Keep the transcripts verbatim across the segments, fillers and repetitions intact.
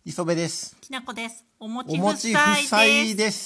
磯部です。 きなこです。おお餅夫餅夫妻妻です。 です。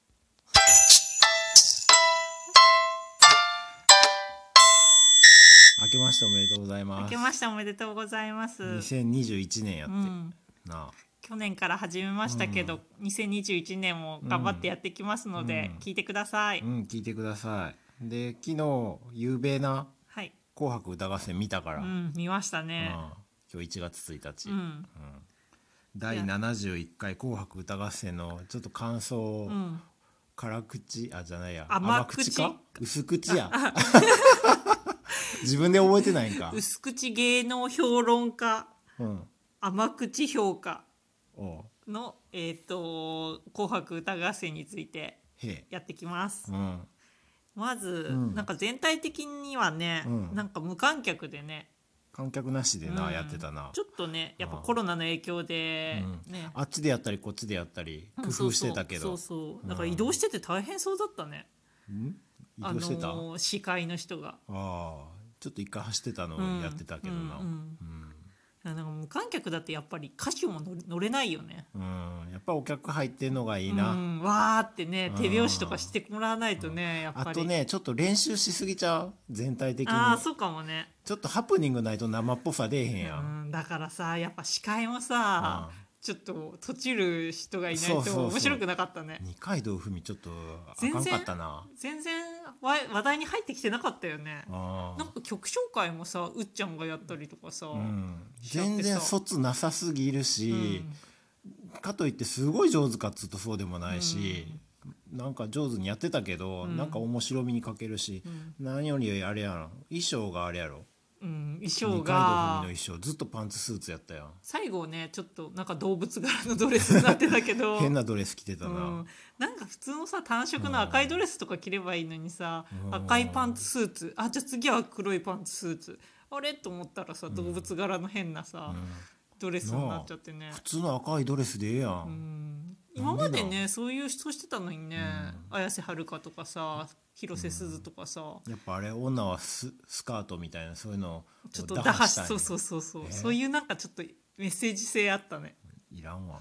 明けましておめでとうござい明ます。 けましておめでとうございます。 にせんにじゅういちねんやって、 うん、 なあ。 去年から始めましたけど、 うんにせんにじゅういちねんも頑張ってやっていきますので、 うん聞いてください。 うん、聞いてください。で、昨日夕べなはい。 紅白歌合戦見たから、 ううんん、見ましたね。 今日いちがつついたち、 うん。 だいななじゅういっかい紅白歌合戦のちょっと感想を、 うん。 辛口あじゃないや甘口か薄口や自分で覚えてないんか。 薄口芸能評論家、 うん、 甘口評価おうの、えっ、と、紅白歌合戦についてへえ、 やってきます。 うんまず、 うんなんか全体的にはね、 うんなんか無観客でね、 観客なしでな、 うんやってたな。 ちょっとねやっぱコロナの影響で、 うんね、 あっちでやったりこっちでやったりうん工夫してたけど、 そうそうそうそうだから移動してて大変そうだったね、 うん移動してた、 あのー司会の人が、 ああちょっと一回走ってたのうんやってたけどな、 うんうんなんか無観客だってやっぱり歌手も乗れ乗れないよね。 うんうんやっぱお客入ってんのがいいうん、 な、 わーってねうん手拍子とかしてもらわないとね、やっぱりあとねちょっと練習しすぎちゃう全体的に。 ああそうかもね、 ちょっとハプニングないと生っぽさ出えへんや、 うんん、だからさやっぱ司会もさ、 うんちょっととちる人がいないとそうそうそう面白くなかったね。 二階堂ふみちょっとあかん全然かったな。 全然わ話題に入ってきてなかったよね。 あなんか曲紹介もさうっちゃんがやったりとかさ、 うん、 しちゃってさ全然卒なさすぎるし、かといってすごい上手かっつうとそうでもないし、なんか上手にやってたけど、 うんなんか面白みに欠けるし、 うん何よりあれやろ衣装があれやろ、 うん、衣二装階堂ふみのが衣装ずっとパンツスーツやったやん。 最後ねちょっとなんか動物柄のドレスになってたけど変なドレス着てたな、 うん、なんか普通のさ単色の赤いドレスとか着ればいいのにさ、 うん赤いパンツスーツ、あじゃあ次は黒いパンツスーツ、あれと思ったらさ動物柄の変なさ、 うんドレスになっちゃってね、 普通の赤いドレスでええやん、 うん今までねそういう人してたのにね、綾瀬はるかとかさ広瀬すずとかさ、 やっぱあれ女はス、スカートみたいなそういうのをちょっと打破ししたんやそうそうそうそう、 えーそういうなんかちょっとメッセージ性あったね。 いらんわ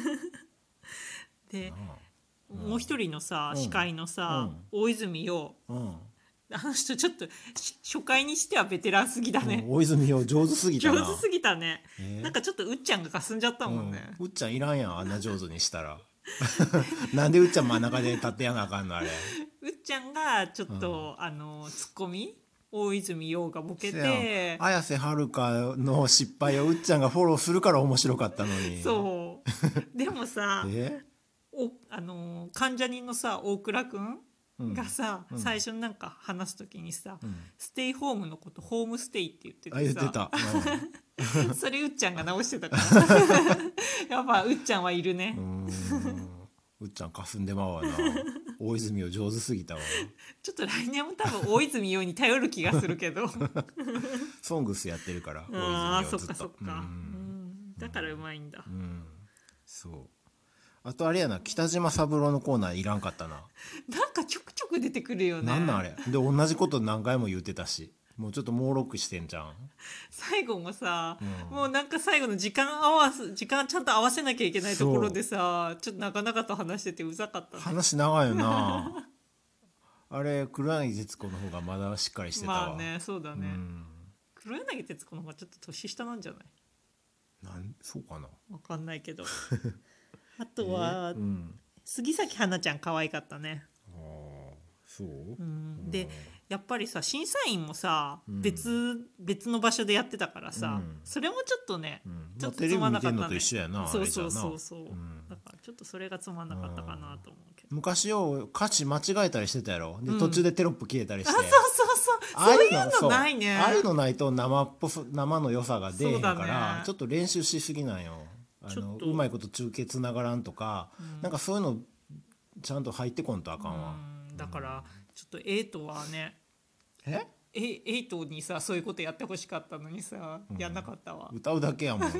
でなもう一人のさ、 うん司会のさ、 う大泉洋、 あ、うんあの人ちょっとし初回にしてはベテランすぎだね、 うん大泉洋上手すぎたな。 上手すぎたね、 えーなんかちょっとうっちゃんがかすんじゃったもんね、 うん、うっちゃんいらんやんあんな上手にしたらなんでうっちゃん真ん中で立ってやなあかんのあれ。 うっちゃんがちょっと、あのツッコミ大泉洋がボケせやてん綾瀬はるかの失敗をうっちゃんがフォローするから面白かったのに。 そうでもさえおあの関ジャニのさ大倉くんうんがさ、 うん最初になんか話す時にさ、 うんステイホームのことホームステイって言ってあ言てさってた、 それうっちゃんが直してたからやっぱうっちゃんはいるね、 うん、うーんうっちゃんかすんでまうわな大泉洋上手すぎたわ。 ちょっと来年も多分大泉洋に頼る気がするけどソングスやってるからあーそっ大泉洋ずっとかそっか、 ううんんだからうまいんだ、 うんそうあとあれやな北島三郎のコーナーいらんかったな。 なんかちょくちょく出てくるよね。 なんなんあれで同じこと何回も言ってたしもうちょっともうろくしてんじゃん。 最後もさ、 うんもうなんか最後の時間合わす時間ちゃんと合わせなきゃいけないところでさちょっとなかなかと話しててうざかったね。 話長いよなあれ黒柳徹子の方がまだしっかりしてたわ。 まあねそうだね、 うん黒柳徹子の方がちょっと年下なんじゃないなんそうかな。 わかんないけどあとは、 えーうん杉咲花ちゃん可愛かったね、 あーそう、 うん、でやっぱりさ審査員もさ、 うん別別の場所でやってたからさ、 うんそれもちょっとね、 うんちょっとまあテレビつまんなかったね。 見てんのと一緒やなそうあれじゃなそうそうそう、 んだからちょっとそれがつまんなかったかなと思うけど、 昔よ歌詞間違えたりしてたやろで、 うん途中でテロップ消えたりして、 あそうそうそうああそういうのないね。 ああいうのないと生っぽさ生の良さが出えへんかそうだら、 ねちょっと練習しすぎなんよ。あちょっとのうまいこと中継つながらんとか、 うんなんかそういうのちゃんと入ってこんとあかんわ。 うんだからちょっとエイトはねえエエイトにさそういうことやってほしかったのにさ、 うんやんなかったわ。 歌うだけやもん、うん、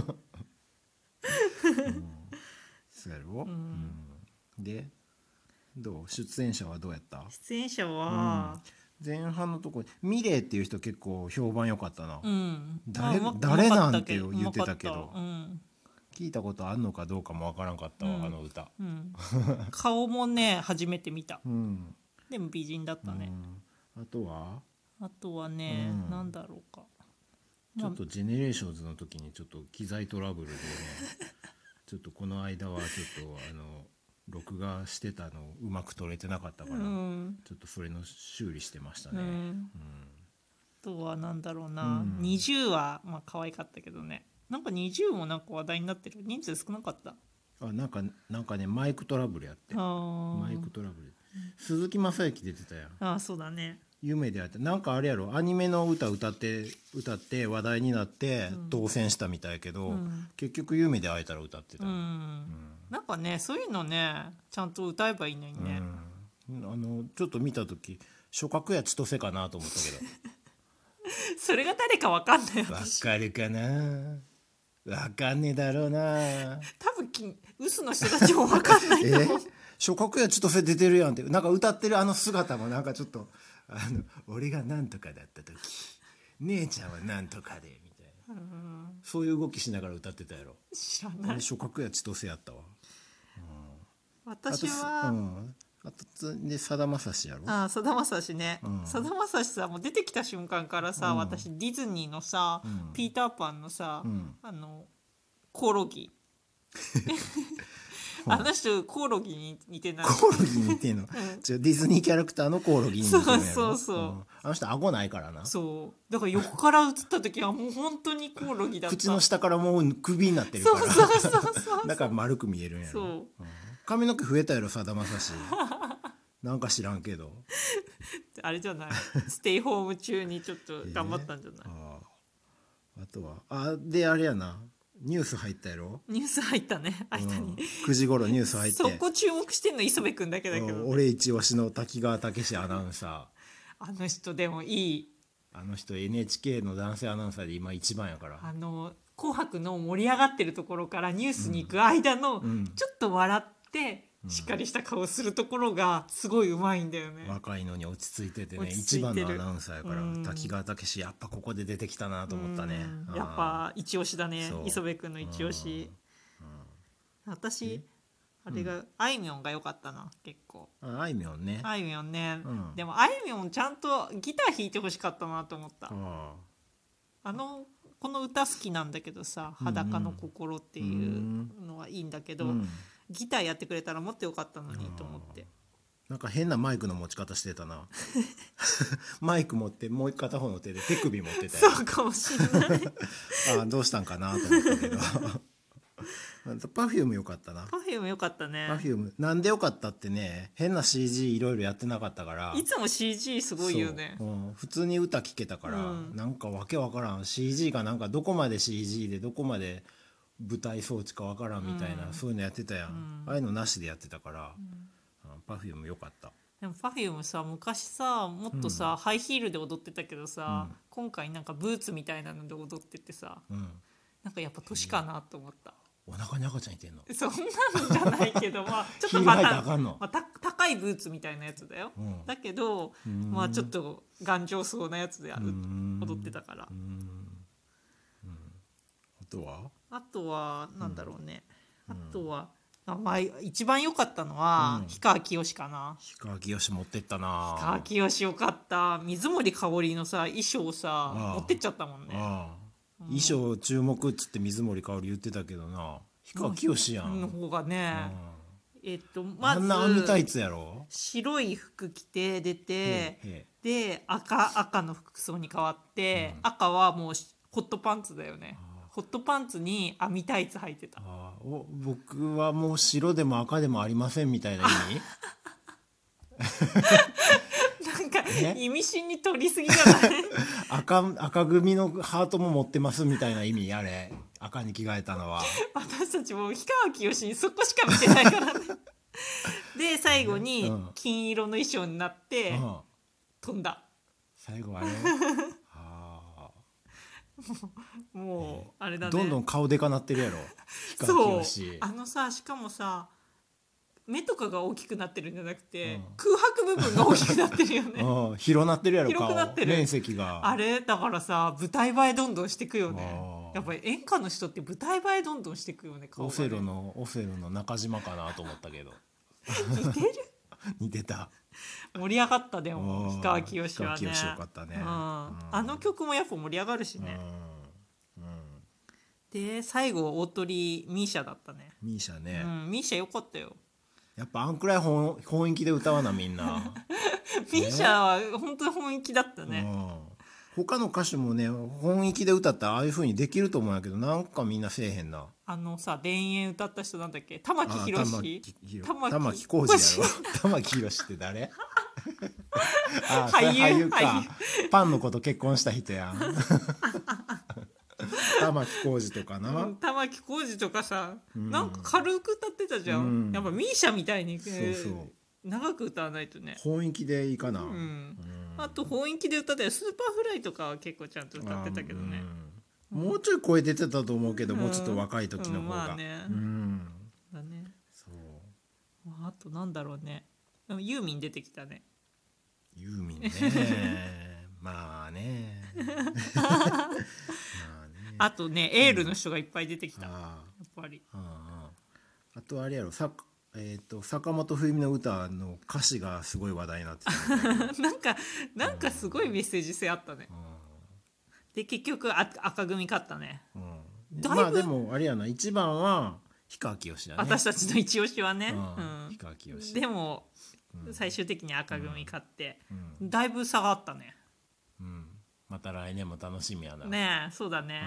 そうやろ、 うんうんでどう出演者はどうやった？ 出演者は、 前半のとこミレイっていう人結構評判良かったな、 うん誰まあうま誰なんてうまかったけど言ってたけどうまかったうん聞いたことあんのかどうかもわからんかったわ、 うんあの歌。 うん、顔もね初めて見た。 うんでも美人だったね。 うん、あとはあとはね、 うんなんだろうか。 ちょっとジェネレーションズの時にちょっと機材トラブルでねちょっとこの間はちょっとあの録画してたのうまく撮れてなかったから、 うんちょっとそれの修理してましたね。 うん、 うんあとはなんだろうな、 うん、 にじゅうはまあ可愛かったけどね。なんかにじゅうもなんか話題になってる。人数少なかった。 あなんかなんかねマイクトラブルやってあマイクトラブル鈴木雅之出てたやん。 あ、そうだね。 夢であってなんかあれやろアニメの歌歌って歌って話題になってうん当選したみたいやけど、 うん結局夢で会えたら歌ってた、 ううんん、なんかねそういうのねちゃんと歌えばいいのにね。 うんあのちょっと見た時初角や千歳かなと思ったけそれが誰かわかんないどわ私。 かるかなわかんねえだろうな多分き嘘の人たちもわかんないえと思う。 初角や千歳出てるやんってなんか歌ってるあの姿もなんかちょっとあの俺がなんとかだった時姉ちゃんはなんとかでみたいな、 うん、 そういう動きしながら歌ってたやろ。あれ知らない。 初角や千歳やったわ。 私は、 あと,、うん、あとでさだまさしやろ。 ああさだまさしねうんさだまさしさもう出てきた瞬間からさ、 うん私ディズニーのさ、 うんピーターパンのさ、 うんあのコオロギあの人コオロギに似てない？ コオロギに似てんの、違うディズニーキャラクターのコオロギに似てるんやろ。 そうそうそうんあの人顎ないからな。 そうだから横から映った時はもう本当にコオロギだった。 口の下からもう首になってるからそうそうそうそうだから丸く見えるんやろ。 そううん髪の毛増えたやろさだまさしなんか知らんけどあれじゃないステイホーム中にちょっと頑張ったんじゃない、 あああとはあであれやなニュース入ったやろ。 ニュース入ったね間に、 うん、くじ頃ニュース入ってそこ注目してんの磯部君だけだけど、ね、 うん俺一押しの滝川武史アナウンサあの人でもいいーあの人 エヌエイチケー の男性アナウンサーで今一番やから。 あの紅白の盛り上がってるところからニュースに行く間の、 うんちょっと笑ってしっかりした顔するところがすごいうまいんだよね、 若いのに落ち着いててね落ち着いてる一番のアナウンサーやから、 うん滝川武史やっぱここで出てきたなと思ったね。 うんやっぱ一押しだねそう磯部君の一押し。私えあれが、あいみょんが良かったな結構。 ああいみょんね。 あいみょんね、 うんでもあいみょんちゃんとギター弾いてほしかったなと思った。 ああのこの歌好きなんだけどさ「裸の心」っていうのはいいんだけど、 うんギターやってくれたらもっとよかったのにと思って。 なんか変なマイクの持ち方してたなマイク持ってもう片方の手で手首持ってたよ。 そうかもしれないあどうしたんかなと思ったけどパフュームよかったな。 パフュームよかったね。 パフュームなんでよかったってね変な シージー いろいろやってなかったからいつも シージー すごいよね。 そう、うん、普通に歌聴けたから、 うんなんかわけわからん シージー がなんかどこまで シージー でどこまで舞台装置かわからんみたいな、うん、そういうのやってたやん、うん、ああいうのなしでやってたから、うん、パフュームよかった。 でも Perfume さ昔さもっとさ、うん、ハイヒールで踊ってたけどさ、うん、今回なんかブーツみたいなので踊っててさ、うん、なんかやっぱ年かなと思った、 お腹に赤ちゃんいてんの。 そんなのじゃないけどまあちょっとまたまあ、た高いブーツみたいなやつだよ、うん、だけどまあちょっと頑丈そうなやつで踊ってたから。 あとはあとはなんだろうね、あとはまあ、一番良かったのは、うん、氷川きよしかな。 氷川きよし持ってったな。 氷川きよしよかった。水森かおりのさ衣装さ持ってっちゃったもんね。 ああ、うん、衣装注目っつって水森かおり言ってたけどな氷川きよしやんの方がね、えっとまずあんな網タイツやろ。 白い服着て出てで赤赤の服装に変わって、うん、赤はもうホットパンツだよね。ホットパンツに網タイツ履いてた。 あお僕はもう白でも赤でもありませんみたいな意味なんか意味深に取りすぎじゃない赤, 赤組のハートも持ってますみたいな意味あれ赤に着替えたのは。 私たちも氷川きよしにそこしか見てないからねで最後に金色の衣装になって、うん、飛んだ。 最後あれもうあれだね、 どんどん顔でかなってるやろそうあのさしかもさ目とかが大きくなってるんじゃなくて、 うん空白部分が大きくなってるよねうん広なってるやろ。 広くなってる顔面積が。 あれだからさ舞台映えどんどんしてくよね。 あーやっぱり演歌の人って舞台映えどんどんしてくよね顔がね。 オセロのオセロの中島かなと思ったけど似てる似てた。 盛り上がったでもおー氷川きよしはね。 氷川きよしよかったねうんうんあの曲もやっぱ盛り上がるしね。 うんうんで最後大鳥ミーシャだったね。 ミーシャね、 うんミーシャよかったよ。 やっぱあんくらい本本気で歌わなみんな、 ミーシャは本当に本気だったね。 うん、他の歌手もね本気で歌ったらああいう風にできると思うんやけどなんかみんなせえへんな。 あのさ田園歌った人なんだっけ玉木宏。 玉玉置浩二やろ玉木宏って誰あ俳優俳優か俳優パンの子と結婚した人やん玉置浩二とかな、 うん玉置浩二とかさ、 んなんか軽く歌ってたじゃん、 うんやっぱミーシャみたいに、 そうそう長く歌わないとね。 本気でいいかな、 ううんん、あと本気で歌ってスーパーフライとかは結構ちゃんと歌ってたけどね。 うんもうちょい声出てたと思うけど、もうちょっと若い時の方が、 うんまあねうんだね。 そうあとなんだろうね。でもユーミン出てきたね。 ユーミンねまあねまあねあとねエールの人がいっぱい出てきた、やあっぱり。 ああああとあれやろさ、えー、と坂本冬美の歌の歌詞がすごい話題になってた、 なんかなんかすごいメッセージ性あったね。で結局あ赤組勝ったね。 うん、 だいぶまあでもあれやな一番は氷川きよしだね。 私たちの一押しはね、 うんうん氷川きよしでも、最終的に赤組勝って、 うんだいぶ差があったね。 うん、また来年も楽しみやな。 ねえそうだね。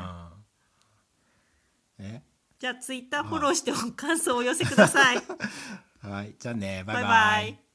うん、えじゃあツイッターフォローして感想をお寄せください。 はいじゃあねバイバイ。 バイバイ。